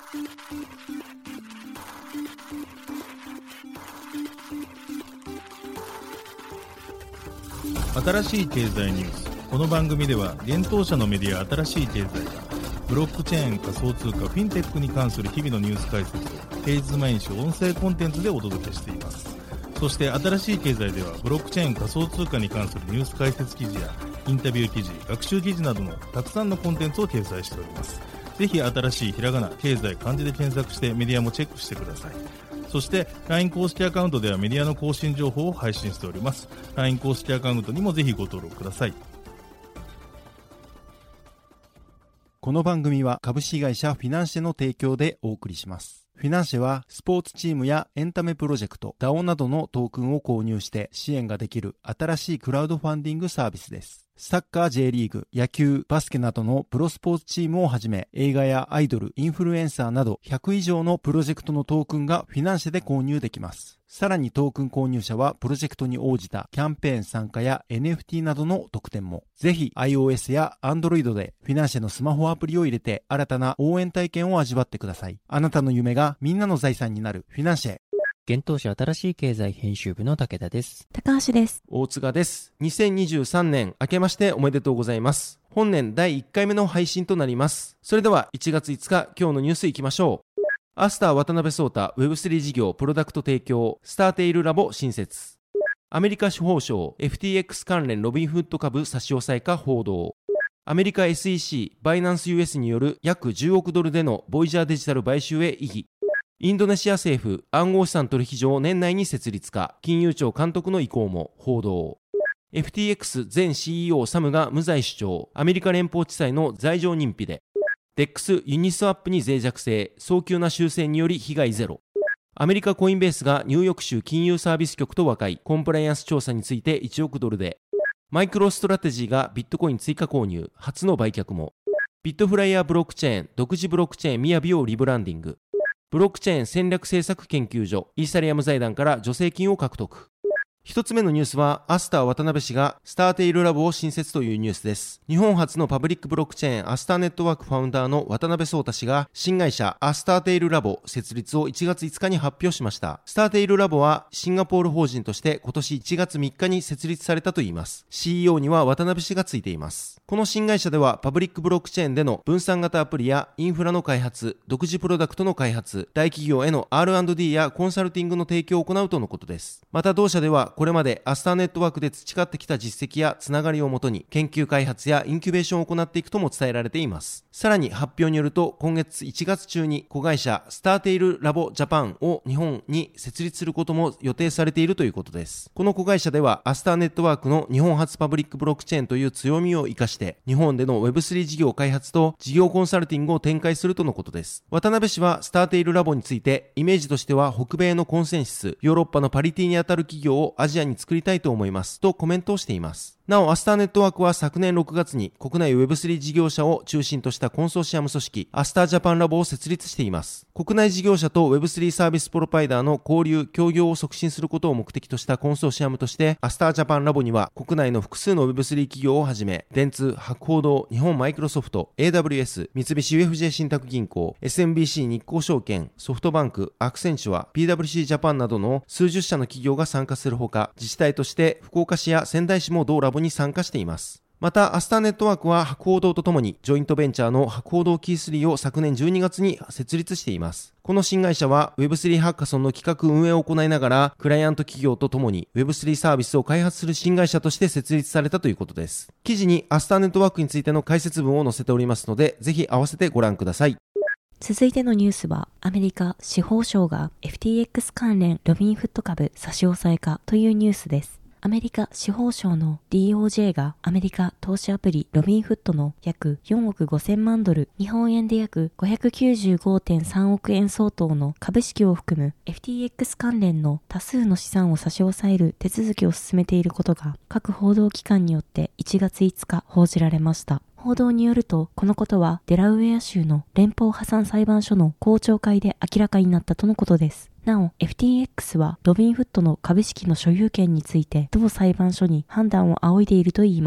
新しい経済ニュース。この番組では現当社のメディア新しい経済がブロックチェーン、仮想通貨、フィンテックに関する日々のニュース解説を平日毎日音声コンテンツでお届けしています。そして新しい経済ではブロックチェーン、仮想通貨に関するニュース解説記事やインタビュー記事、学習記事などのたくさんのコンテンツを掲載しております。ぜひ新しいひらがな、経済、漢字で検索してメディアもチェックしてください。そして LINE 公式アカウントではメディアの更新情報を配信しております。 LINE 公式アカウントにもぜひご登録ください。 この番組は株式会社フィナンシェの提供でお送りします。フィナンシェはスポーツチームやエンタメプロジェクト、DAO などのトークンを購入して支援ができる新しいクラウドファンディングサービスです。サッカー J リーグ、野球、バスケなどのプロスポーツチームをはじめ、映画やアイドル、インフルエンサーなど100以上のプロジェクトのトークンがフィナンシェで購入できます。さらにトークン購入者はプロジェクトに応じたキャンペーン参加や NFT などの特典も。ぜひ iOS や Android でフィナンシェのスマホアプリを入れて新たな応援体験を味わってください。あなたの夢がみんなの財産になるフィナンシェ。 現当社新しい経済編集部の武田です。 高橋です。 大塚です。2023年明けましておめでとうございます。本年第1回目の配信となります。それでは1月5日今日のニュースいきましょう。アスター渡辺壮太 Web3 事業プロダクト提供スターテイルラボ新設。アメリカ司法省 FTX 関連ロビンフッド株差し押さえか報道。アメリカ SEC バイナンス US による約10億ドルでのボイジャーデジタル買収へ異議。インドネシア政府暗号資産取引所を年内に設立か、金融庁監督の意向も報道。FTX 前 CEO サムが無罪主張、アメリカ連邦地裁の罪状認否で。DEX ユニスワップに脆弱性、早急な修正により被害ゼロ。アメリカコインベースがニューヨーク州金融サービス局と和解、コンプライアンス調査について1億ドルで。マイクロストラテジーがビットコイン追加購入、初の売却も。ビットフライヤーブロックチェーン、独自ブロックチェーンみやびをリブランディング。ブロックチェーン戦略政策研究所、イーサリアム財団から助成金を獲得。一つ目のニュースは、アスター渡辺氏がスターテイルラボを新設というニュースです。日本初のパブリックブロックチェーンアスターネットワークファウンダーの渡辺壮太氏が、新会社アスターテイルラボ設立を1月5日に発表しました。スターテイルラボはシンガポール法人として今年1月3日に設立されたといいます。CEO には渡辺氏がついています。この新会社ではパブリックブロックチェーンでの分散型アプリやインフラの開発、独自プロダクトの開発、大企業への R&D やコンサルティングの提供を行うとのことです。また同社ではこれまでアスターネットワークで培ってきた実績やつながりをもとに研究開発やインキュベーションを行っていくとも伝えられています。さらに発表によると、今月1月中に子会社スターテイルラボジャパンを日本に設立することも予定されているということです。この子会社ではアスターネットワークの日本初パブリックブロックチェーンという強みを生かして日本での Web3 事業開発と事業コンサルティングを展開するとのことです。渡辺氏はスターテイルラボについて、イメージとしては北米のコンセンシス、ヨーロッパのパリティにあたる企業をアジアに作りたいと思いますとコメントをしています。なお、アスターネットワークは昨年6月に国内 Web3 事業者を中心としたコンソーシアム組織アスタージャパンラボを設立しています。国内事業者と Web3 サービスプロバイダーの交流・協業を促進することを目的としたコンソーシアムとしてアスタージャパンラボには国内の複数の Web3 企業をはじめ、電通、博報堂、日本マイクロソフト、AWS、三菱 UFJ 信託銀行、SMBC 日興証券、ソフトバンク、アクセンチュア、PWC ジャパンなどの数十社の企業が参加するほか、自治体として福岡市や仙台市も同ラボに参加しています。また、アスターネットワークは博報堂とともにジョイントベンチャーの博報堂キー3を昨年12月に設立しています。この新会社は Web3 ハッカソンの企画運営を行いながら、クライアント企業とともに Web3 サービスを開発する新会社として設立されたということです。記事にアスターネットワークについての解説文を載せておりますので、ぜひ合わせてご覧ください。 続いてのニュースは、アメリカ司法省が FTX 関連ロビンフッド株差し押さえかというニュースです。アメリカ司法省の DOJ がアメリカ投資アプリロビンフッドの約4億5000万ドル、日本円で約 595.3 億円相当の株式を含む FTX 関連の多数の資産を差し押さえる手続きを進めていることが各報道機関によって1月5日報じられました。報道によると、このことはデラウェア州の連邦破産裁判所の公聴会で明らかになったとのことです。なお、FTX はロビンフッドの株式の所有権について同裁判所に判断を仰いでいるといいます。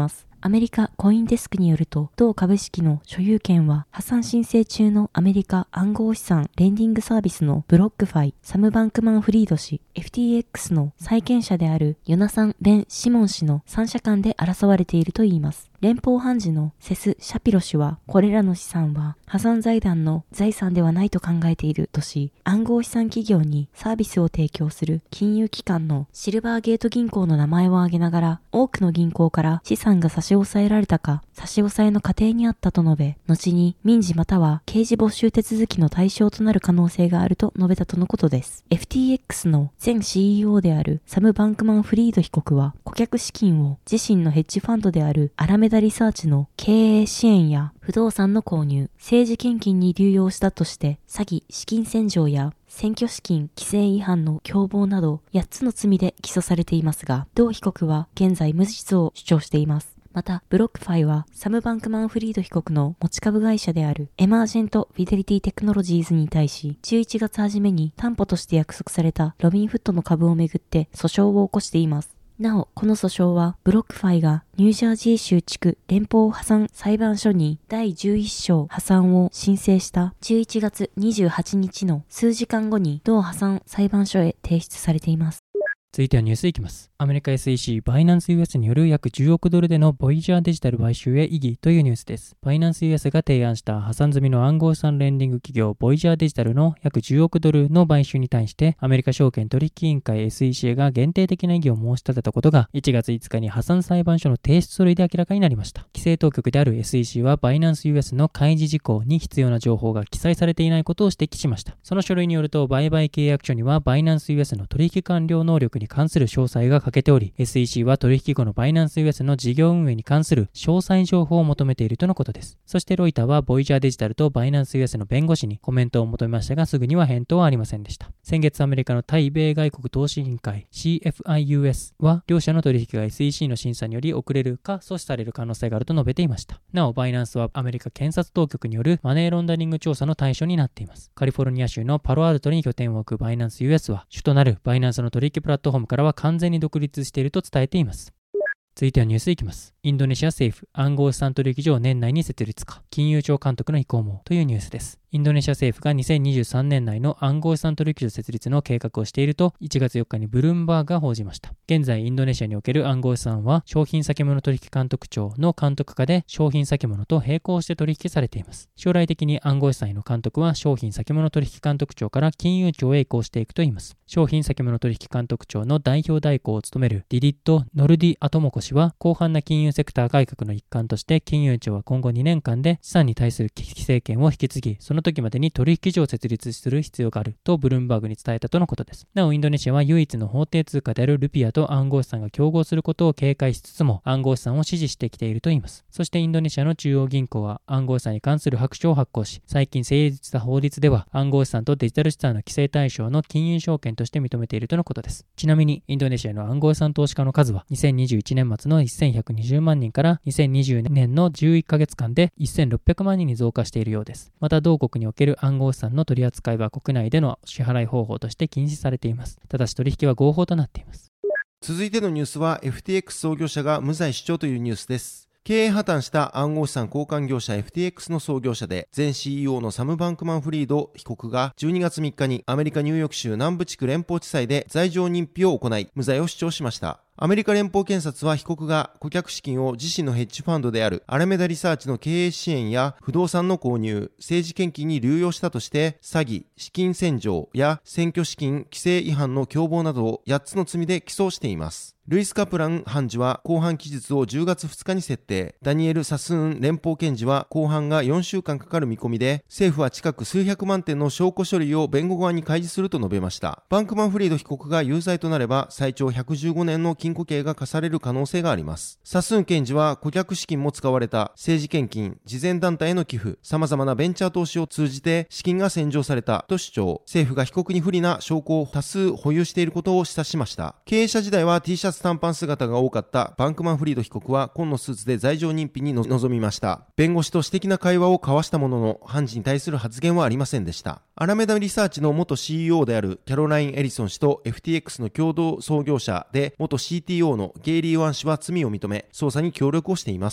アメリカコインデスクによると、同株式の所有権は破産申請中のアメリカ暗号資産レンディングサービスのブロックファイ、サム・バンクマン・フリード氏、FTX の債権者であるヨナサン・ベン・シモン氏の3社間で争われているといいます。連邦判事のセス・シャピロ氏は、これらの資産は破産財団の財産ではないと考えているとし、暗号資産企業にサービスを提供する金融機関のシルバーゲート銀行の名前を挙げながら、多くの銀行から資産が差し押さえられたか、差し押さえの過程にあったと述べ、後に民事または刑事没収手続きの対象となる可能性があると述べたとのことです。FTX の前 CEO であるサム・バンクマン・フリード被告は、顧客資金を自身のヘッジファンドであるアラメダリサーチの経営支援や不動産の購入、政治献金に流用したとして、詐欺、資金洗浄や選挙資金規正違反の共謀など8つの罪で起訴されていますが、同被告は現在無実を主張しています。また、ブロックファイはサム・バンクマン・フリード被告の持ち株会社であるエマージェント・フィデリティ・テクノロジーズに対し、11月初めに担保として約束されたロビンフットの株をめぐって訴訟を起こしています。なお、この訴訟は、ブロックファイがニュージャージー州地区連邦破産裁判所に第11章破産を申請した11月28日の数時間後に同破産裁判所へ提出されています。 続いてはニュースいきます。アメリカ SEC バイナンス US による約10億ドルでのボイジャーデジタル買収へ異議というニュースです。バイナンス US が提案した破産済みの暗号資産レンディング企業ボイジャーデジタルの約10億ドルの買収に対してアメリカ証券取引委員会 SEC が限定的な異議を申し立てたことが1月5日に破産裁判所の提出書類で明らかになりました。規制当局である SEC はバイナンス US の開示事項に必要な情報が記載されていないことを指摘しました。その書類によると売買契約書にはバイナンス US の取引完了能力に関する詳細が欠けており、SEC は取引後のバイナンス US の事業運営に関する詳細情報を求めているとのことです。そしてロイターはボイジャーデジタルとバイナンス US の弁護士にコメントを求めましたが、すぐには返答はありませんでした。先月アメリカの対米外国投資委員会 CFIUS は両社の取引が SEC の審査により遅れるか阻止される可能性があると述べていました。なおバイナンスはアメリカ検察当局によるマネーロンダリング調査の対象になっています。カリフォルニア州のパロアルトに拠点を置くバイナンス US は首となるバイナンスの取引プラットフォームからは完全に独立していると伝えています。続いてはニュースいきます。インドネシア政府暗号資産取引所を年内に設立か、金融庁監督の意向もというニュースです。インドネシア政府が2023年内の暗号資産取引所設立の計画をしていると1月4日にブルームバーグが報じました。現在インドネシアにおける暗号資産は商品先物取引監督庁の監督下で商品先物と並行して取引されています。将来的に暗号資産への監督は商品先物取引監督庁から金融庁へ移行していくといいます。商品先物取引監督庁の代表代行を務めるディリット・ノルディ・アトモコ氏は広範な金融セクター改革の一環として金融庁は今後2年間で資産に対する規制権を引き継ぎ、その時までに取引所を設立する必要があるとブルームバーグに伝えたとのことです。なおインドネシアは唯一の法定通貨であるルピアと暗号資産が競合することを警戒しつつも暗号資産を支持してきているといいます。そしてインドネシアの中央銀行は暗号資産に関する白書を発行し、最近成立した法律では暗号資産とデジタル資産の規制対象の金融証券として認めているとのことです。ちなみにインドネシアの暗号資産投資家の数は2021年末の1120万人から2020年の11ヶ月間で1600万人に増加しているようです。また同国における暗号資産の取り扱いは国内での支払い方法として禁止されています。ただし取引は合法となっています。 続いてのニュースは FTX 創業者が無罪主張というニュースです。経営破綻した暗号資産交換業者 FTX の創業者で前 CEO のサム・バンクマン・フリード被告が12月3日にアメリカニューヨーク州南部地区連邦地裁で罪状認否を行い無罪を主張しました。アメリカ連邦検察は被告が顧客資金を自身のヘッジファンドであるアラメダリサーチの経営支援や不動産の購入、政治献金に流用したとして詐欺、資金洗浄や選挙資金規正違反の共謀などを8つの罪で起訴しています。ルイス・カプラン判事は公判期日を10月2日に設定。ダニエル・サスーン連邦検事は公判が4週間かかる見込みで、政府は近く数百万点の証拠書類を弁護側に開示すると述べました。バンクマン・フリード被告が有罪となれば最長115年の禁錮刑が課される可能性があります。サスーン検事は顧客資金も使われた政治献金、慈善団体への寄付、様々なベンチャー投資を通じて資金が洗浄されたと主張。政府が被告に不利な証拠を多数保有していることを示唆しました。経営者時代は T シャツツ短パン姿が多かったバンクマンフリード被告は紺のスーツで罪状認否に臨みました。弁護士と私的な会話を交わしたものの、判事に対する発言はありませんでした。アラメダリサーチの元 CEO であるキャロライン・エリソン氏と FTX の共同創業者で元 CTO のゲイリー・ワン氏は罪を認め、捜査に協力をしています。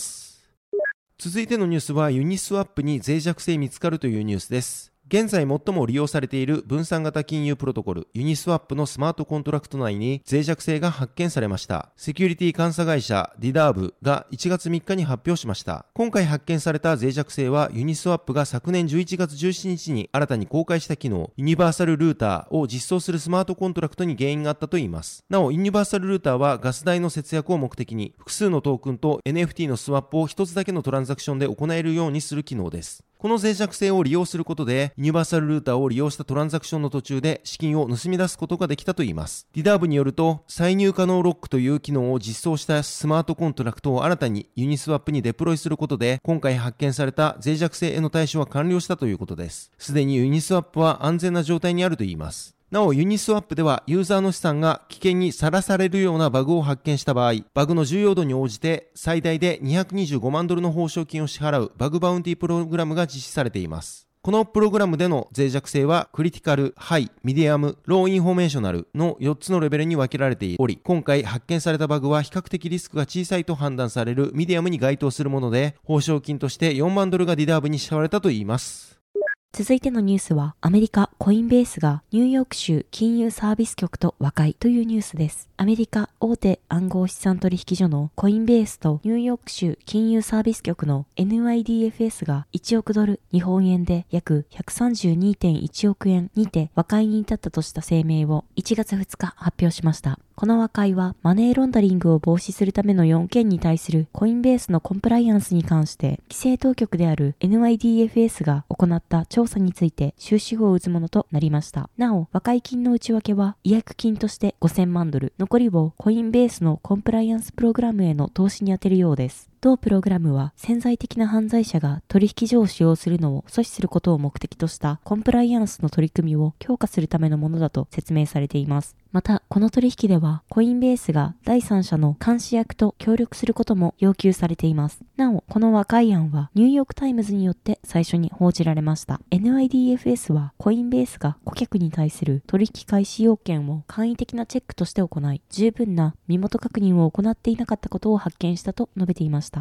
続いてのニュースはユニスワップに脆弱性見つかるというニュースです。現在最も利用されている分散型金融プロトコルユニスワップのスマートコントラクト内に脆弱性が発見されました。セキュリティ監査会社ディダーブが1月3日に発表しました。今回発見された脆弱性はユニスワップが昨年11月17日に新たに公開した機能ユニバーサルルーターを実装するスマートコントラクトに原因があったといいます。なおユニバーサルルーターはガス代の節約を目的に複数のトークンと NFT のスワップを一つだけのトランザクションで行えるようにする機能です。この脆弱性を利用することで、ユニバーサルルーターを利用したトランザクションの途中で資金を盗み出すことができたといいます。ディダーブによると、再入可能ロックという機能を実装したスマートコントラクトを新たにユニスワップにデプロイすることで、今回発見された脆弱性への対処は完了したということです。すでにユニスワップは安全な状態にあるといいます。なおユニスワップではユーザーの資産が危険にさらされるようなバグを発見した場合、バグの重要度に応じて最大で225万ドルの報奨金を支払うバグバウンティプログラムが実施されています。このプログラムでの脆弱性はクリティカル、ハイ、ミディアム、ローインフォメーショナルの4つのレベルに分けられており、今回発見されたバグは比較的リスクが小さいと判断されるミディアムに該当するもので、報奨金として4万ドルがディダーブに支払われたといいます。 続いてのニュースは、アメリカコインベースがニューヨーク州金融サービス局と和解というニュースです。アメリカ大手暗号資産取引所のコインベースとニューヨーク州金融サービス局の NYDFS が1億ドル、日本円で約 132.1 億円にて和解に至ったとした声明を1月2日発表しました。この和解はマネーロンダリングを防止するための4件に対するコインベースのコンプライアンスに関して規制当局である NYDFS が行った調査について終止符を打つものとなりました。なお、和解金の内訳は違約金として5000万ドル、残りをコインベースのコンプライアンスプログラムへの投資に充てるようです。同プログラムは潜在的な犯罪者が取引所を使用するのを阻止することを目的としたコンプライアンスの取り組みを強化するためのものだと説明されています。また、この取引ではコインベースが第三者の監視役と協力することも要求されています。なお、この和解案はニューヨークタイムズによって最初に報じられました。NYDFS はコインベースが顧客に対する取引開始要件を簡易的なチェックとして行い、十分な身元確認を行っていなかったことを発見したと述べていました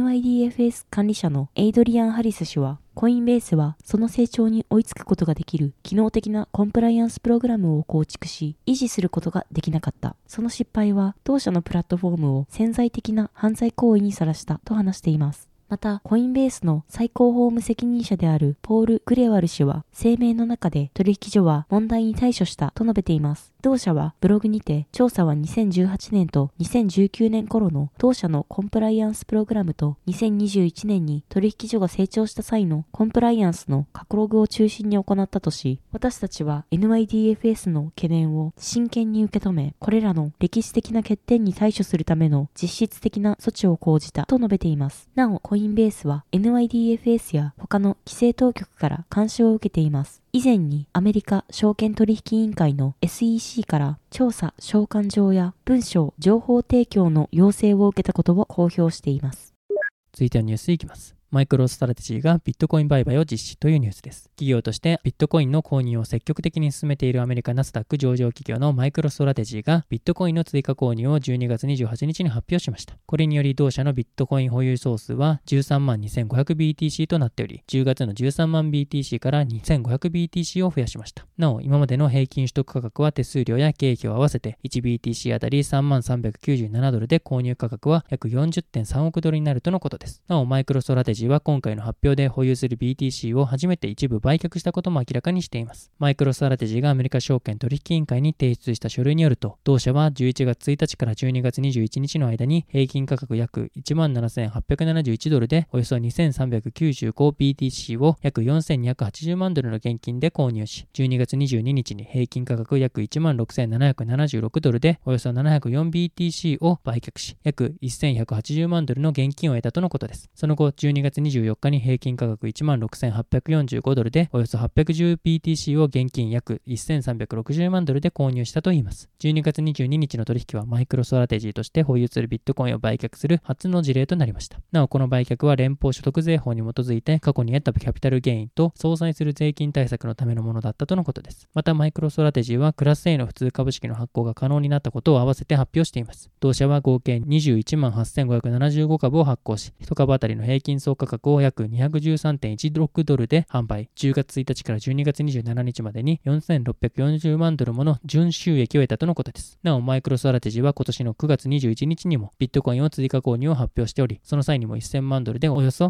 。NYDFS 管理者のエイドリアン・ハリス氏は、コインベースはその成長に追いつくことができる機能的なコンプライアンスプログラムを構築し、維持することができなかった。その失敗は当社のプラットフォームを潜在的な犯罪行為にさらしたと話しています。また、コインベースの最高法務責任者であるポール・グレワル氏は声明の中で取引所は問題に対処したと述べています。同社はブログにて調査は2018年と2019年頃の当社のコンプライアンスプログラムと2021年に取引所が成長した際のコンプライアンスの過去ログを中心に行ったとし、私たちは NYDFS の懸念を真剣に受け止め、これらの歴史的な欠点に対処するための実質的な措置を講じたと述べています。なお、コインベースは NYDFS や他の規制当局から監視を受けています。以前にアメリカ証券取引委員会の SEC から調査召喚状や文書情報提供の要請を受けたことを公表しています。 続いてのニュースいきます。マイクロストラテジーがビットコイン売買を実施というニュースです。企業としてビットコインの購入を積極的に進めているアメリカナスダック上場企業のマイクロストラテジーがビットコインの追加購入を12月28日に発表しました。これにより同社のビットコイン保有総数は13万 2500BTC となっており、10月の13万 BTC から 2500BTC を増やしました。なお、今までの平均取得価格は手数料や経費を合わせて 1BTC あたり3万397ドルで購入価格は約 40.3 億ドルになるとのことです。なお、マイクロストラテジーは今回の発表で保有する BTC を初めて一部売却したことも明らかにしています。マイクロストラテジーがアメリカ証券取引委員会に提出した書類によると、同社は11月1日から12月21日の間に平均価格約 17,871 ドルでおよそ 2,395BTC を約 4,280 万ドルの現金で購入し、12月22日に平均価格約 16,776 ドルでおよそ 704BTC を売却し、約 1,180 万ドルの現金を得たとのことです。その後、12月月24日に平均価格 16,845 ドルでおよそ 810BTC を現金約1360万ドルで購入したといいます。12月22日の取引はマイクロストラテジーとして保有するビットコインを売却する初の事例となりました。なおこの売却は連邦所得税法に基づいて過去に得たキャピタルゲインと相殺する税金対策のためのものだったとのことです。またマイクロストラテジーはクラス A の普通株式の発行が可能になったことを合わせて発表しています。同社は合計21万8575株を発行し、1株当たりの平均総価格を約 213.16 ドルで販売。10月1日から12月27日までに4640万ドルもの純収益を得たとのことです。なおマイクロストラテジーは今年の9月21日にもビットコインを追加購入を発表しており、その際にも1000万ドルでおよそ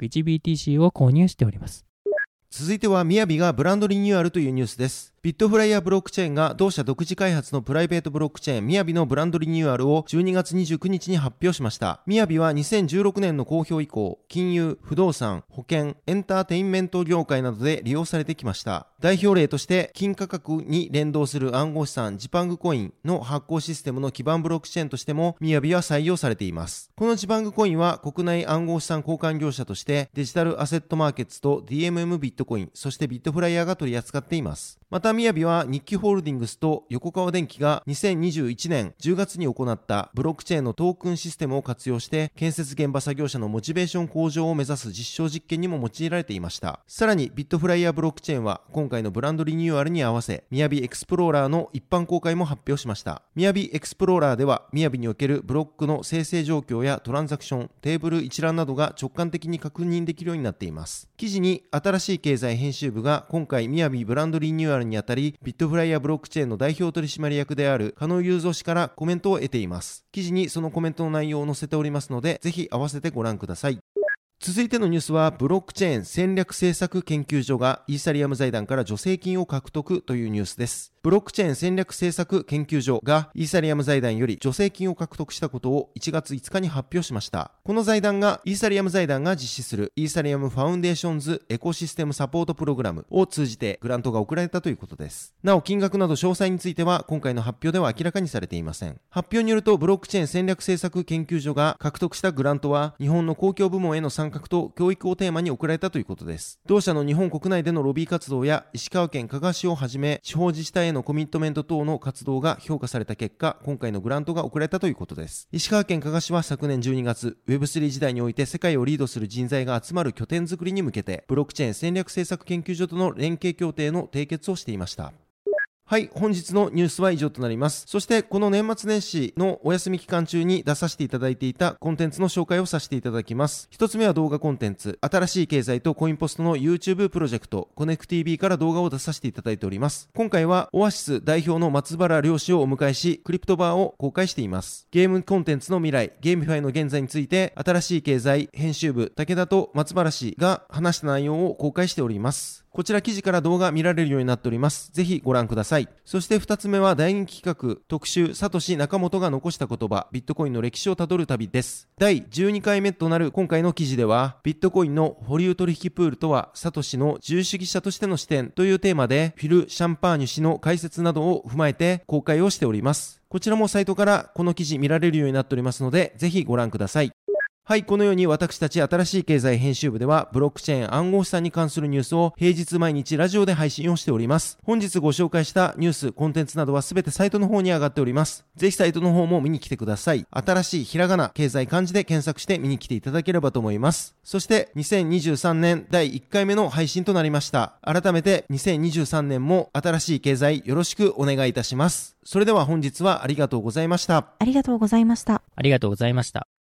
301BTC を購入しております。 続いては、みやびがブランドリニューアルというニュースです。ビットフライヤーブロックチェーンが同社独自開発のプライベートブロックチェーンみやびのブランドリニューアルを12月29日に発表しました。みやびは2016年の公表以降、金融、不動産、保険、エンターテインメント業界などで利用されてきました。代表例として、金価格に連動する暗号資産ジパングコインの発行システムの基盤ブロックチェーンとしてもみやびは採用されています。このジパングコインは国内暗号資産交換業者としてデジタルアセットマーケッツと DMM ビットコイン、そしてビットフライヤーが取り扱っています。またみやびは日記ホールディングスと横川電機が2021年10月に行ったブロックチェーンのトークンシステムを活用して建設現場作業者のモチベーション向上を目指す実証実験にも用いられていました。さらにビットフライヤーブロックチェーンは今回のブランドリニューアルに合わせみやびエクスプローラーの一般公開も発表しました。みやびエクスプローラーではみやびにおけるブロックの生成状況やトランザクション、テーブル一覧などが直感的に確認できるようになっています。記事に新しい経済編集部が今回みやびブランドリニューアルにあたりビットフライヤーブロックチェーンの代表取締役である加納雄三氏からコメントを得ています。記事にそのコメントの内容を載せておりますので、ぜひ合わせてご覧ください。続いてのニュースは、ブロックチェーン戦略政策研究所がイーサリアム財団から助成金を獲得というニュースです。ブロックチェーン戦略政策研究所がイーサリアム財団より助成金を獲得したことを1月5日に発表しました。この財団がイーサリアム財団が実施するイーサリアムファウンデーションズエコシステムサポートプログラムを通じてグラントが送られたということです。なお金額など詳細については今回の発表では明らかにされていません。発表によるとブロックチェーン戦略政策研究所が獲得したグラントは日本の公共部門への参画と教育をテーマに送られたということです。同社の日本国内でのロビー活動や石川県加賀市をはじめ地方自治体へのコミットメント等の活動が評価された結果、今回のグラントが贈られたということです。石川県加賀市は昨年12月 Web3 時代において世界をリードする人材が集まる拠点づくりに向けてブロックチェーン戦略政策研究所との連携協定の締結をしていました。はい、本日のニュースは以上となります。そしてこの年末年始のお休み期間中に出させていただいていたコンテンツの紹介をさせていただきます。一つ目は動画コンテンツ、新しい経済とコインポストの YouTube プロジェクトコネク TV から動画を出させていただいております。今回はオアシス代表の松原良氏をお迎えし、クリプトバーを公開しています。ゲームコンテンツの未来、ゲーミファイの現在について新しい経済編集部武田と松原氏が話した内容を公開しております。こちら記事から動画見られるようになっております。ぜひご覧ください。そして2つ目は大人気企画特集サトシ仲本が残した言葉ビットコインの歴史をたどる旅です。第12回目となる今回の記事ではビットコインの保留取引プールとはサトシの自由主義者としての視点というテーマでフィル・シャンパーニュ氏の解説などを踏まえて公開をしております。こちらもサイトからこの記事見られるようになっておりますのでぜひご覧ください。はい、このように私たち新しい経済編集部ではブロックチェーン暗号資産に関するニュースを平日毎日ラジオで配信をしております。本日ご紹介したニュース、コンテンツなどはすべてサイトの方に上がっております。ぜひサイトの方も見に来てください。新しいひらがな、経済漢字で検索して見に来ていただければと思います。そして2023年第1回目の配信となりました。改めて2023年も新しい経済よろしくお願いいたします。それでは本日はありがとうございました。 ありがとうございました。 ありがとうございました。